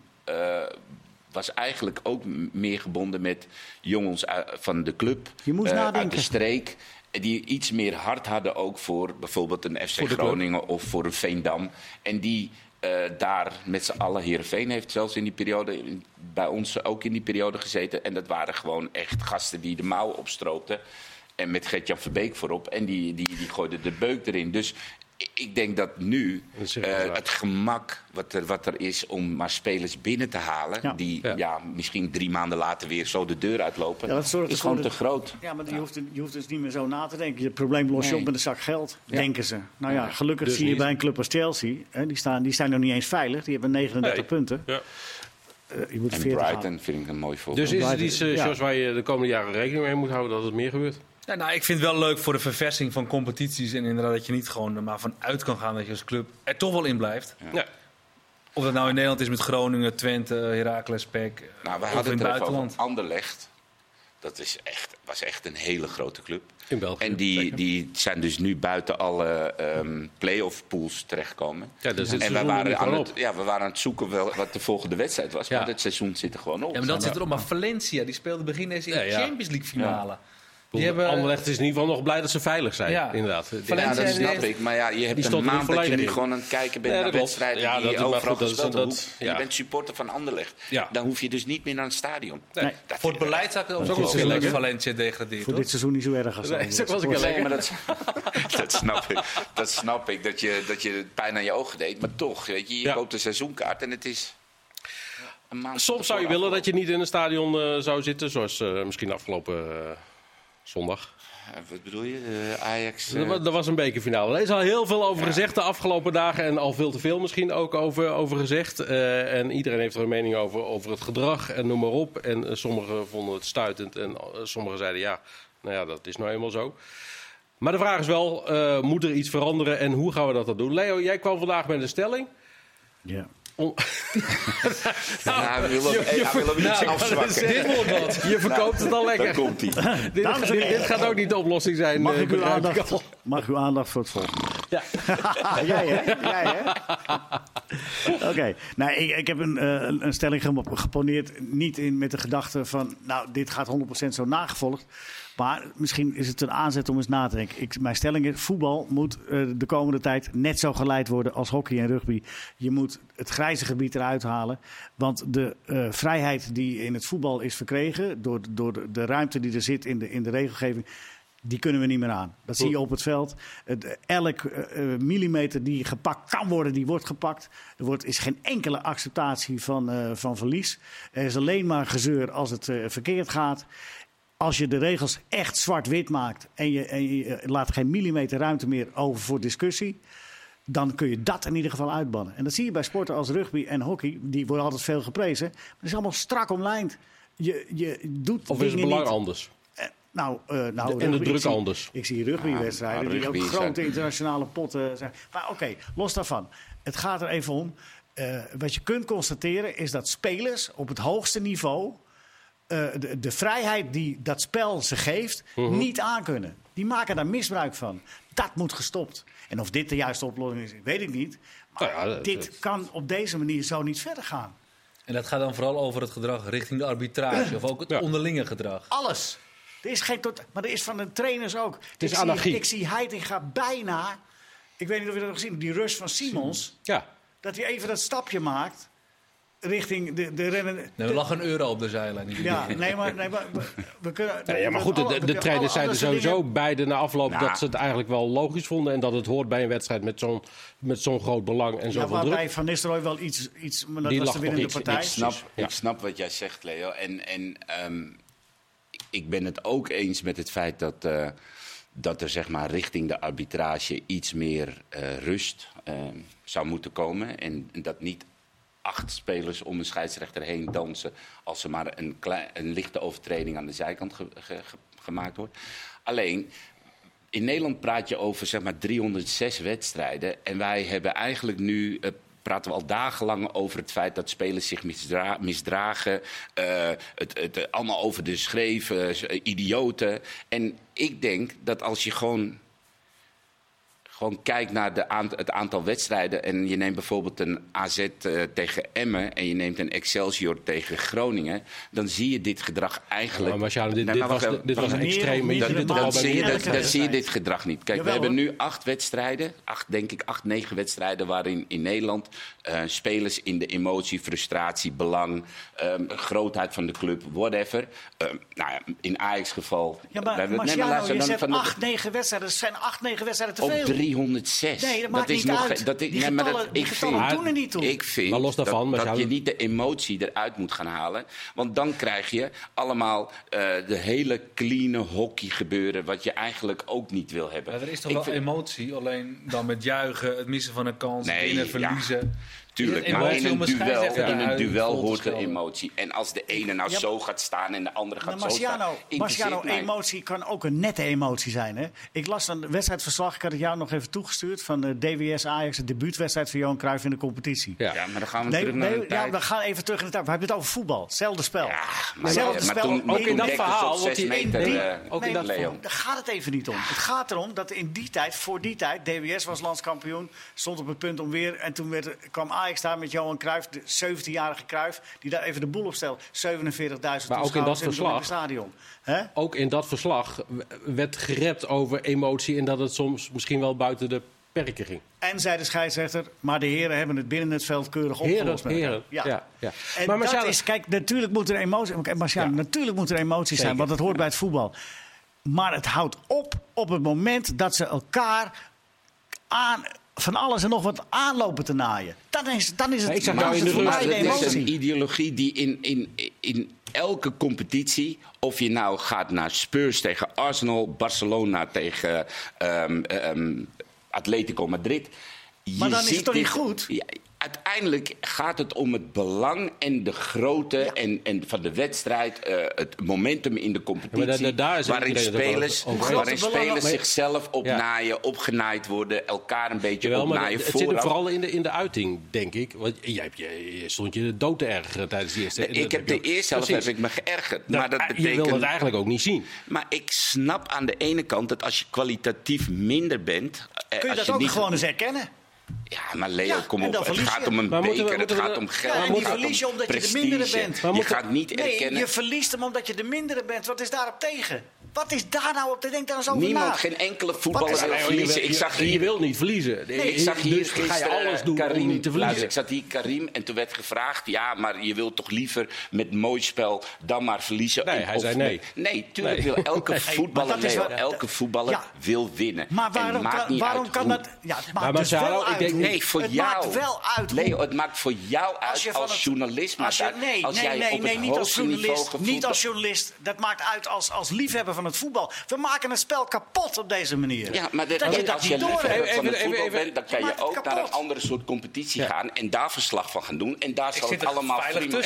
was eigenlijk ook meer gebonden met jongens van de club. Je moest nadenken. Uit de streek. Die iets meer hart hadden ook voor bijvoorbeeld een FC Groningen of voor een Veendam. En die daar met z'n allen, Heerenveen heeft zelfs in die periode, bij ons ook in die periode gezeten. En dat waren gewoon echt gasten die de mouw opstroopten. En met Gert-Jan Verbeek voorop. En die gooide de beuk erin. Dus ik denk dat nu het gemak wat er is om maar spelers binnen te halen. Die misschien 3 maanden later weer zo de deur uitlopen. Dat is gewoon te groot. Ja, maar je hoeft dus niet meer zo na te denken. Het probleem los je op met een zak geld, denken ze. Nou ja, gelukkig dus zie je bij een club als Chelsea. Die staan nog niet eens veilig. Die hebben 39 punten. Ja. Je moet en Brighton vind ik een mooi voorbeeld. Dus is het iets, zoals waar je de komende jaren rekening mee moet houden dat het meer gebeurt? Ja, nou, ik vind het wel leuk voor de verversing van competities. En inderdaad dat je niet gewoon er maar vanuit kan gaan dat je als club er toch wel in blijft. Ja. Of dat nou in Nederland is met Groningen, Twente, Heracles, PEC. Nou, we hadden het buitenland. Anderlecht. Dat was echt een hele grote club. In België. En die zijn dus nu buiten alle play-off pools terechtgekomen. Ja, en we waren aan het zoeken wat de volgende wedstrijd was. Maar het seizoen zit er gewoon op. Ja, maar dat zit erop. Maar Valencia, die speelde begin deze in de Champions League finale. Ja. Anderlecht is in ieder geval nog blij dat ze veilig zijn, inderdaad. Ja, dat snap ik. Maar je hebt een maand dat je nu gewoon aan het kijken bent naar wedstrijden die je overal gespeeld hebt. Je bent supporter van Anderlecht. Ja. Dan hoef je dus niet meer naar een stadion. Nee. Voor het beleid zou ik het ook wel leuk Valencia degradeert. Voor dit seizoen niet zo erg als dat was ik lekker. Maar dat snap ik. Dat je pijn aan je ogen deed. Maar toch, weet je koopt een seizoenkaart en het is... Soms zou je willen dat je niet in een stadion zou zitten, zoals misschien afgelopen... zondag. Wat bedoel je? Ajax? Er was een bekerfinale. Er is al heel veel over gezegd de afgelopen dagen. En al veel te veel misschien ook over gezegd. En iedereen heeft er een mening over het gedrag en noem maar op. En sommigen vonden het stuitend. En sommigen zeiden Nou ja, dat is nou eenmaal zo. Maar de vraag is wel, moet er iets veranderen en hoe gaan we dat dan doen? Leo, jij kwam vandaag met een stelling. Ja. Hij wil hem iets afzwakken. Dit wordt wat. Je verkoopt het al lekker. Daar komt hij. Dit gaat ook niet de oplossing zijn. Mag uw aandacht voor het volgende? Ja. Jij hè? Oké. Nou, ik heb een stelling geponeerd. Niet met de gedachte van, nou, dit gaat 100% zo nagevolgd. Maar misschien is het een aanzet om eens na te denken. Mijn stelling is, voetbal moet de komende tijd net zo geleid worden als hockey en rugby. Je moet het grijze gebied eruit halen. Want de vrijheid die in het voetbal is verkregen, door de ruimte die er zit in de regelgeving, die kunnen we niet meer aan. Dat zie je op het veld. Elk millimeter die gepakt kan worden, die wordt gepakt. Is geen enkele acceptatie van verlies. Er is alleen maar gezeur als het verkeerd gaat. Als je de regels echt zwart-wit maakt en je laat geen millimeter ruimte meer over voor discussie, dan kun je dat in ieder geval uitbannen. En dat zie je bij sporten als rugby en hockey. Die worden altijd veel geprezen. Maar het is allemaal strak omlijnd. Je doet of is het belang niet anders? En de druk anders. Ik zie rugbywedstrijden die ook grote internationale potten zijn. Maar oké, los daarvan. Het gaat er even om. Wat je kunt constateren is dat spelers op het hoogste niveau de vrijheid die dat spel ze geeft, niet aankunnen. Die maken daar misbruik van. Dat moet gestopt. En of dit de juiste oplossing is, weet ik niet. Maar dit kan op deze manier zo niet verder gaan. En dat gaat dan vooral over het gedrag richting de arbitrage of ook het onderlinge gedrag? Alles. Er is maar er is van de trainers ook. Het is anarchie. Ik zie Heitinga bijna, ik weet niet of je dat nog gezien hebt, die rush van Simons. Ja. Dat hij even dat stapje maakt richting de rennen. Nee, er lag €1 op de zijlijn. Ja, nee, maar we kunnen. Maar goed, de trainers zeiden sowieso beide na afloop dat ze het eigenlijk wel logisch vonden en dat het hoort bij een wedstrijd met zo'n groot belang en zoveel druk. Waarbij Van Nistelrooy wel iets maar dat was de winnende partij. Ik snap wat jij zegt, Leo. Ik ben het ook eens met het feit dat er zeg maar richting de arbitrage iets meer rust zou moeten komen. En dat niet 8 spelers om een scheidsrechter heen dansen als er maar een lichte overtreding aan de zijkant gemaakt wordt. Alleen, in Nederland praat je over zeg maar 306 wedstrijden. En wij hebben eigenlijk nu praten we al dagenlang over het feit dat spelers zich misdragen. Het allemaal over de schreven, idioten. En ik denk dat als je gewoon kijkt naar het aantal wedstrijden en je neemt bijvoorbeeld een AZ tegen Emmen en je neemt een Excelsior tegen Groningen, dan zie je dit gedrag eigenlijk. Maar dit was een extreme. Dan zie je dit gedrag niet. Kijk, we hebben nu 8 wedstrijden, 9 wedstrijden waarin in Nederland spelers in de emotie, frustratie, belang, grootheid van de club, whatever. In Ajax geval. Ja, maar Marciano, je zegt 8-9 wedstrijden. Dat zijn 8-9 wedstrijden te veel. 306. Nee, dat maakt niet uit. Die getallen doen er niet toe. Ik vind maar los daarvan, dat je niet de emotie eruit moet gaan halen. Want dan krijg je allemaal de hele clean hockey gebeuren, wat je eigenlijk ook niet wil hebben. Maar er is toch wel emotie, alleen dan met juichen, het missen van een kans, winnen, verliezen. Tuurlijk, maar in een duel hoort er emotie. En als de ene zo gaat staan en de andere gaat zo staan. Marciano, emotie kan ook een nette emotie zijn. Hè? Ik las een wedstrijdverslag, ik had het jou nog even toegestuurd, van de DWS Ajax, de debuutwedstrijd van Johan Cruijff in de competitie. Ja, maar dan gaan we terug naar de tijd. Ja, we gaan even terug in de tijd. We hebben het over voetbal, hetzelfde spel. Ja, maar toen ook in dat verhaal, 6 meter, Leon. Daar gaat het even niet om. Het gaat erom dat voor die tijd, DWS was landskampioen, stond op het punt om weer, en toen kwam Ajax daar met Johan Cruijff, de 17-jarige Cruijff, die daar even de boel op stelt. 47.000 toeschouwers in het stadion. Ook in dat verslag werd gerept over emotie en dat het soms misschien wel buiten de perken ging. En zei de scheidsrechter, maar de heren hebben het binnen het veld keurig opgelost. Heren. Ja. En maar dat is, kijk, natuurlijk moet er emotie zijn, want dat hoort bij het voetbal. Maar het houdt op het moment dat ze elkaar van alles en nog wat aanlopen te naaien. Dan is het voor mij de emotie. Het is een ideologie die in elke competitie, of je nou gaat naar Spurs tegen Arsenal, Barcelona tegen Atletico Madrid. Maar dan is het toch niet goed? Uiteindelijk gaat het om het belang en de grootte en van de wedstrijd, het momentum in de competitie, waarin spelers zichzelf opnaaien, opgenaaid worden, elkaar een beetje opnaaien. Het zit er vooral in de uiting, denk ik. Want je stond je dood te ergeren tijdens de eerste. Ik heb de eerste helft heb ik me geërgerd. Maar dat betekent, je wil het eigenlijk ook niet zien. Maar ik snap aan de ene kant dat als je kwalitatief minder bent, kun je dat ook gewoon eens herkennen? Ja, maar Leo, kom op. Het gaat om een beker, het gaat om geld. En die verlies je omdat je de mindere bent. Je gaat niet erkennen. Nee, je verliest hem omdat je de mindere bent. Wat is daarop tegen? Wat is daar nou op? Denk daar eens over Niemand, na. geen enkele voetballer wil verliezen. Je wil niet verliezen. Nee, ik zag hier gisteren, ga je alles doen Karim, om niet te verliezen. Ik zat hier Karim en toen werd gevraagd, ja, maar je wilt toch liever met mooi spel dan maar verliezen? Nee, hij zei nee. Nee, tuurlijk wil elke voetballer, elke voetballer wil winnen. Maar waarom kan dat? Ja, het maakt dus wel uit. Nee, voor het jou. Maakt wel uit. Leo, het maakt voor jou uit als journalist. Nee, niet als journalist. Niet als journalist. Dat maakt uit als liefhebber van het voetbal. We maken het spel kapot op deze manier. Ja, maar als je liefhebber van het voetbal bent, dan kan je ook naar een andere soort competitie gaan en daar verslag van gaan doen. En daar zal het allemaal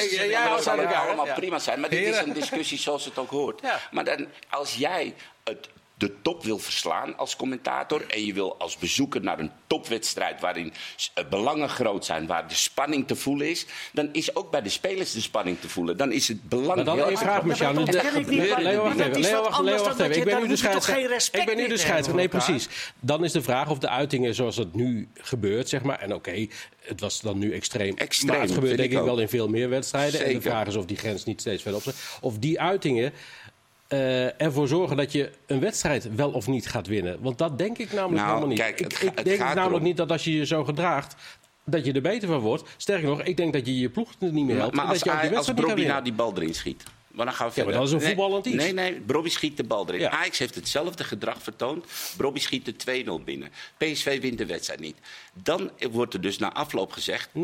prima zijn. Maar dit is een discussie zoals het ook hoort. Maar dan, als jij de top wil verslaan als commentator en je wil als bezoeker naar een topwedstrijd waarin belangen groot zijn, waar de spanning te voelen is, dan is ook bij de spelers de spanning te voelen. Dan is het belang maar dan heel een vraag, Marciano. Leo, wacht even. Ik ben nu de scheidsrechter. Nee, precies. Dan is de vraag of de uitingen zoals het nu gebeurt, zeg maar. En oké, het was dan nu extreem. Maar het gebeurt denk ik wel in veel meer wedstrijden. Zeker. En de vraag is of die grens niet steeds verder op zit. Of die uitingen ervoor zorgen dat je een wedstrijd wel of niet gaat winnen. Want dat denk ik namelijk helemaal niet. Kijk, ik denk namelijk niet dat als je je zo gedraagt, dat je er beter van wordt. Sterker nog, ik denk dat je je ploeg er niet meer helpt. Maar als Brobby nou die bal erin schiet. Maar dan gaan we verder. Maar dat is een voetballend iets. Nee, Brobby schiet de bal erin. Ja. Ajax heeft hetzelfde gedrag vertoond. Brobby schiet de 2-0 binnen. PSV wint de wedstrijd niet. Dan wordt er dus na afloop gezegd, 100.000%,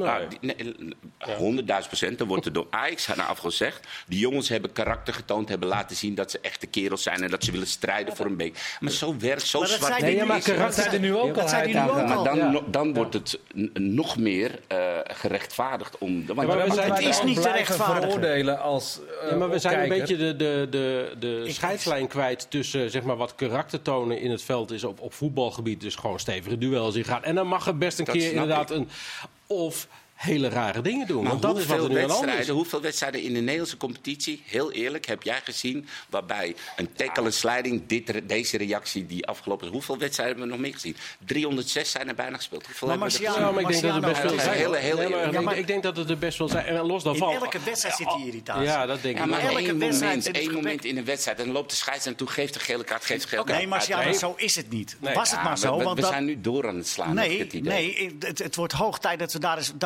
dan wordt er door Ajax na afloop gezegd, die jongens hebben karakter getoond, hebben laten zien dat ze echte kerels zijn en dat ze willen strijden voor een beker. Maar zo werkt, zo zwart. Maar karakter zijn er nu ook al. Maar dan wordt het nog meer gerechtvaardigd. Het is niet te rechtvaardigen. Als we zijn een beetje de scheidslijn kwijt tussen zeg maar, wat karakter tonen in het veld is op voetbalgebied. Dus gewoon stevige duels in gaan. En dan mag er best een keer inderdaad of hele rare dingen doen. Maar want dat is wat er nu aan de hand is. Hoeveel wedstrijden in de Nederlandse competitie, heel eerlijk, heb jij gezien waarbij een tackle, een sliding, deze reactie die afgelopen is. Hoeveel wedstrijden hebben we nog meer gezien? 306 zijn er bijna gespeeld. Hoeveel hebben we maar ik denk dat het best veel zijn. Ik denk dat het er best wel zijn. En los daarvan. In elke wedstrijd zit die irritatie. Ja, dat denk ik. Maar één moment in een wedstrijd en dan loopt de scheidsrechter toe, geeft de gele kaart, geeft de gele kaart. Nee, Marciano, zo is het niet. Was het maar zo. We zijn nu door aan het slaan. Nee, het wordt hoog tijd dat we daar eens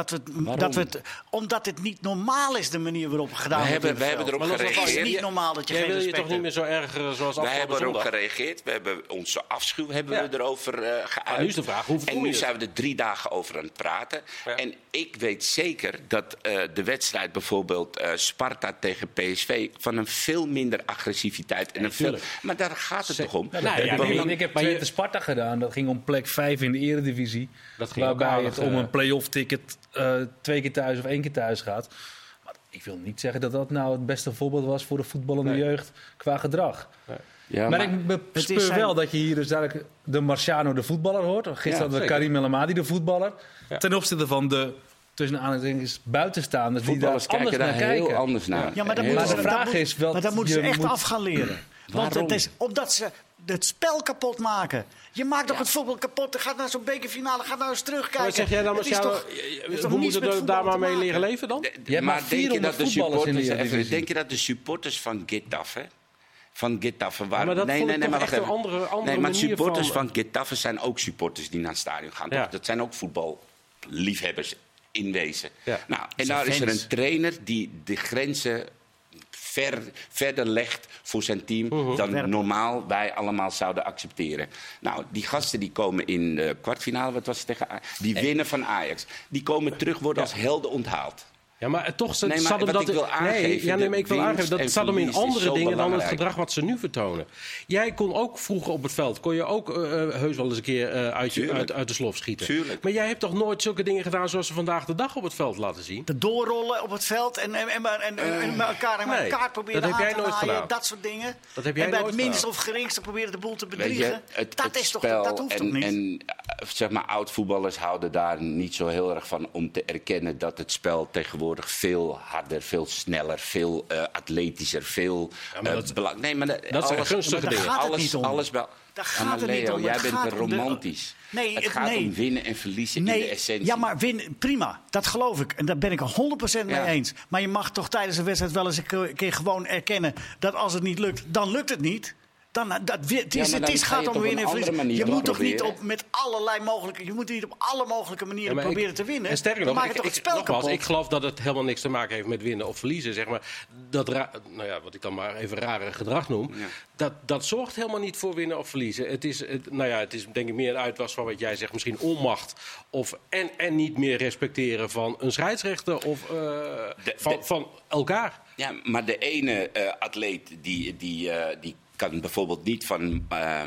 omdat het niet normaal is de manier waarop gedaan wordt. We hebben erop gereageerd. Het is niet normaal dat je geen respect hebt. Wil je toch niet meer zo erg zoals afgelopen zondag? Wij hebben erop gereageerd. We hebben onze afschuw erover geuit. Nu is de vraag, en nu zijn we er 3 dagen over aan het praten. Ja. En ik weet zeker dat de wedstrijd bijvoorbeeld Sparta tegen PSV van een veel minder agressiviteit. Maar daar gaat het toch om. Ik heb de Sparta gedaan. Dat ging om plek 5 in de Eredivisie. Waarbij het om een play-off ticket 2 keer thuis of 1 keer thuis gaat. Maar ik wil niet zeggen dat dat nou het beste voorbeeld was voor de voetballende jeugd qua gedrag. Nee. Ja, maar ik bespeur wel dat je hier dus eigenlijk de Marciano de voetballer hoort. Gisteren hadden we Karim El Amadi de voetballer. Ja. Ten opzichte van de tussen aanhalingstekens buitenstaanders die daar anders naar kijken. Heel anders naar. Ja, maar dan moeten ze echt af gaan leren. Want het is omdat ze het spel kapot maken. Je maakt toch het voetbal kapot. Ga naar zo'n bekerfinale, ga nou eens terugkijken. Wat zeg jij dan, Marciano? We moeten daar maar mee leren leven dan? Maar denk je dat de supporters van Getafe... waren. Maar dat echt een andere maar supporters van Getafe zijn ook supporters die naar het stadion gaan. Ja. Dat zijn ook voetballiefhebbers in wezen. Ja. Nou, en daar is er een trainer die de grenzen verder legt voor zijn team dan normaal wij allemaal zouden accepteren. Nou, die gasten die komen in de kwartfinale, wat was het tegen Ajax? Die winnen van Ajax. Die komen terug, worden als helden onthaald. Ja, maar toch Nee, maar zat hem wat dat... ik wil aangeven, Nee, maar ik wil winst aangeven, dat en zat hem in verlies is andere zo dingen dan het belangrijk. gedrag wat ze nu vertonen. Jij kon ook vroeger op het veld, kon je ook heus wel eens een keer uit de slof schieten. Tuurlijk. Maar jij hebt toch nooit zulke dingen gedaan zoals ze vandaag de dag op het veld laten zien? De doorrollen op het veld en met elkaar proberen dat heb aan jij te nooit naaien, gedaan. dat soort dingen. Dat heb jij en bij nooit het minste gedaan. of geringste proberen de boel te Weet bedriegen. je, Dat hoeft toch niet? En zeg maar, oud-voetballers houden daar niet zo heel erg van om te erkennen dat het spel tegenwoordig veel harder, veel sneller, veel atletischer, veel Nee, maar dat alles, zijn gunstige maar daar dingen. gaat het niet om. Alles wel. Daar Ja, gaat maar het niet Leo, om. jij Het bent gaat er om de- romantisch. Nee, het gaat om winnen en verliezen in de essentie. Ja, maar winnen, prima. Dat geloof ik. En daar ben ik er 100% mee eens. Maar je mag toch tijdens een wedstrijd wel eens een keer gewoon erkennen dat als het niet lukt, dan lukt het niet. Het gaat om winnen en verliezen. Je moet toch niet met allerlei mogelijke... Je moet niet op alle mogelijke manieren proberen te winnen. En sterker Dan nog, maak je toch het spel kapot. ik geloof dat het helemaal niks te maken heeft met winnen of verliezen. Zeg maar, wat ik dan maar even rare gedrag noem. Ja. Dat zorgt helemaal niet voor winnen of verliezen. Het is denk ik meer een uitwas van wat jij zegt. Misschien onmacht. En niet meer respecteren van een scheidsrechter of van elkaar. Ja, maar de ene atleet die kan bijvoorbeeld niet van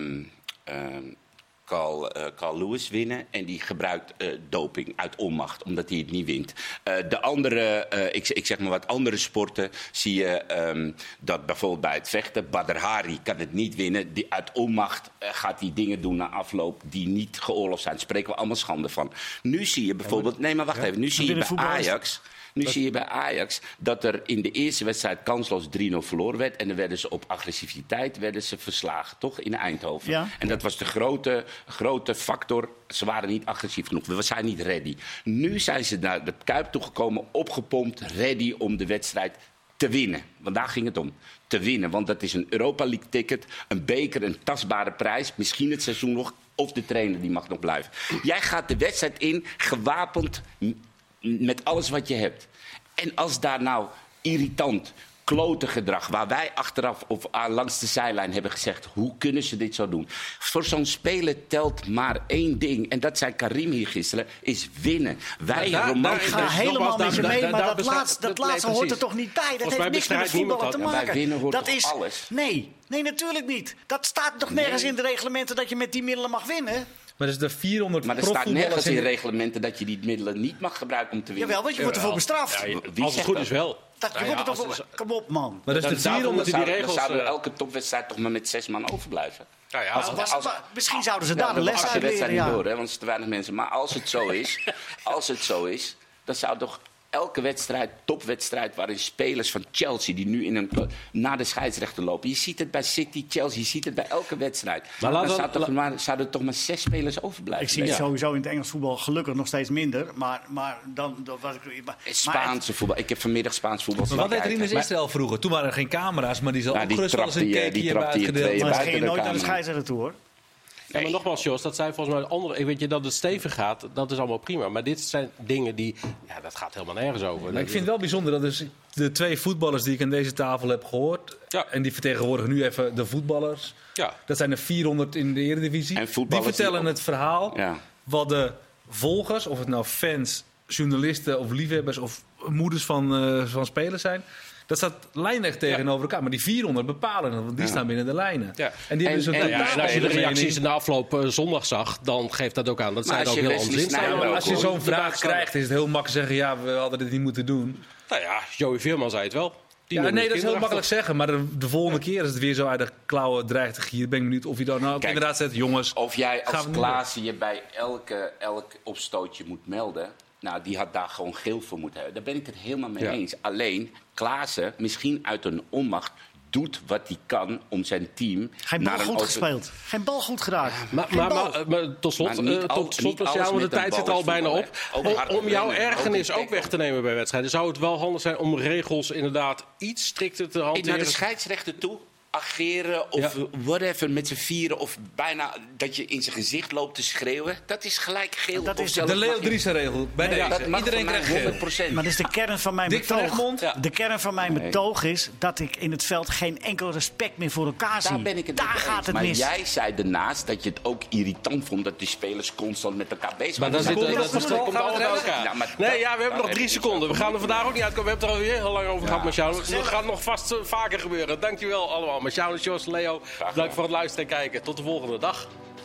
Carl Lewis winnen. En die gebruikt doping uit onmacht, omdat hij het niet wint. De andere, ik zeg maar wat andere sporten, zie je dat bijvoorbeeld bij het vechten, Badr Hari kan het niet winnen. Die, uit onmacht gaat hij dingen doen na afloop die niet geoorloofd zijn. Daar spreken we allemaal schande van. Nu zie je bijvoorbeeld, nee maar wacht even, nu zie je bij Ajax... Nu zie je bij Ajax dat er in de eerste wedstrijd kansloos 3-0 verloren werd. En dan werden ze op agressiviteit verslagen, toch? In Eindhoven. Ja. En dat was de grote factor. Ze waren niet agressief genoeg. We zijn niet ready. Nu zijn ze naar de Kuip toegekomen, opgepompt, ready om de wedstrijd te winnen. Want daar ging het om. Te winnen. Want dat is een Europa League ticket, een beker, een tastbare prijs. Misschien het seizoen nog, of de trainer die mag nog blijven. Jij gaat de wedstrijd in, gewapend met alles wat je hebt. En als daar nou irritant, klote gedrag, waar wij achteraf of langs de zijlijn hebben gezegd, hoe kunnen ze dit zo doen? Voor zo'n speler telt maar één ding. En dat zei Karim hier gisteren, is winnen. Wij Ik ga helemaal met je mee, maar dat laatste hoort er toch niet bij? Dat heeft niks met het voetballen te maken. Bij winnen hoort toch alles? Nee, natuurlijk niet. Dat staat toch nergens in de reglementen dat je met die middelen mag winnen? Maar dus de 400 Maar er staat nergens in reglementen dat je die middelen niet mag gebruiken om te winnen. Jawel, want je wordt ervoor bestraft. Ja, als het goed is wel. Kom op, man. Maar dus de 400 dan zouden elke topwedstrijd toch maar met 6 man overblijven. Misschien zouden ze daar de les uit leren. Niet door, hè, want het is te weinig mensen. Maar als het zo is, dan zou toch elke wedstrijd, topwedstrijd, waarin spelers van Chelsea die nu naar de scheidsrechter lopen. Je ziet het bij City, Chelsea, je ziet het bij elke wedstrijd. Maar dan zouden toch maar 6 spelers overblijven. Ik zie het sowieso in het Engels voetbal gelukkig nog steeds minder. Maar Spaanse voetbal. Ik heb vanmiddag Spaans voetbal. Maar wat deed Rinus Israël vroeger? Toen waren er geen camera's, maar die zal ook gerust wel eens een cakeje hebben uitgedeeld. Maar ze gingen nooit naar de scheidsrechter toe, hoor. Ja, maar nogmaals, Jos, dat zijn volgens mij andere... Ik weet je dat het stevig gaat, dat is allemaal prima. Maar dit zijn dingen die... Ja, dat gaat helemaal nergens over. Maar ik vind het wel bijzonder dat dus de 2 voetballers die ik aan deze tafel heb gehoord... Ja. En die vertegenwoordigen nu even de voetballers. Ja. Dat zijn er 400 in de Eredivisie. Die vertellen het verhaal wat de volgers, of het nou fans, journalisten of liefhebbers of moeders van spelers zijn... Dat staat lijnrecht tegenover elkaar. Maar die 400 bepalen het, want die staan binnen de lijnen. Ja. En die hebben en als je de reacties in de afloop zondag zag, dan geeft dat ook aan. Dat zij er ook heel anders in staan. Als je zo'n vraag krijgt, is het heel makkelijk zeggen... ja, we hadden dit niet moeten doen. Nou ja, Joey Veerman zei het wel. Ja, nee, dat is heel makkelijk zeggen. Maar de volgende keer als het weer zo uit de klauwen dreigt te gieren... ben ik benieuwd of je dan nou inderdaad zegt... jongens, of jij als Klaassen je bij elk opstootje moet melden... Nou, die had daar gewoon geel voor moeten hebben. Daar ben ik het helemaal mee eens. Alleen, Klaassen, misschien uit een onmacht... doet wat hij kan om zijn team... Geen bal goed gespeeld. Geen bal goed geraakt. Maar tot slot, want de tijd zit al bijna op. Om jouw ergernis ook weg te nemen bij wedstrijden... zou het wel handig zijn om regels inderdaad iets strikter te hanteren. Naar de scheidsrechter toe. ageren of whatever met z'n vieren of bijna dat je in zijn gezicht loopt te schreeuwen, dat is gelijk geel. Dat is De Leo Driessen-regel. Bij deze. dat mag Iedereen voor mij krijgt geel. 100%. Maar dat is de kern van mijn Dick van betoog. Egmond? Ja. De kern van mijn betoog is dat ik in het veld geen enkel respect meer voor elkaar zie. Daar ben ik het Daar mee gaat eens. het maar mis. jij zei daarnaast dat je het ook irritant vond dat die spelers constant met elkaar bezig Maar waren. dat Dus komt allemaal bij elkaar. Ja, maar Nee, dat- ja, we hebben nog 3 seconden. We gaan er vandaag ook niet uitkomen. We hebben het er alweer heel lang over gehad, Marciano. Dat gaat nog vast vaker gebeuren. Dankjewel allemaal. Marciano, Jos, Leo, bedankt voor het luisteren en kijken. Tot de volgende dag.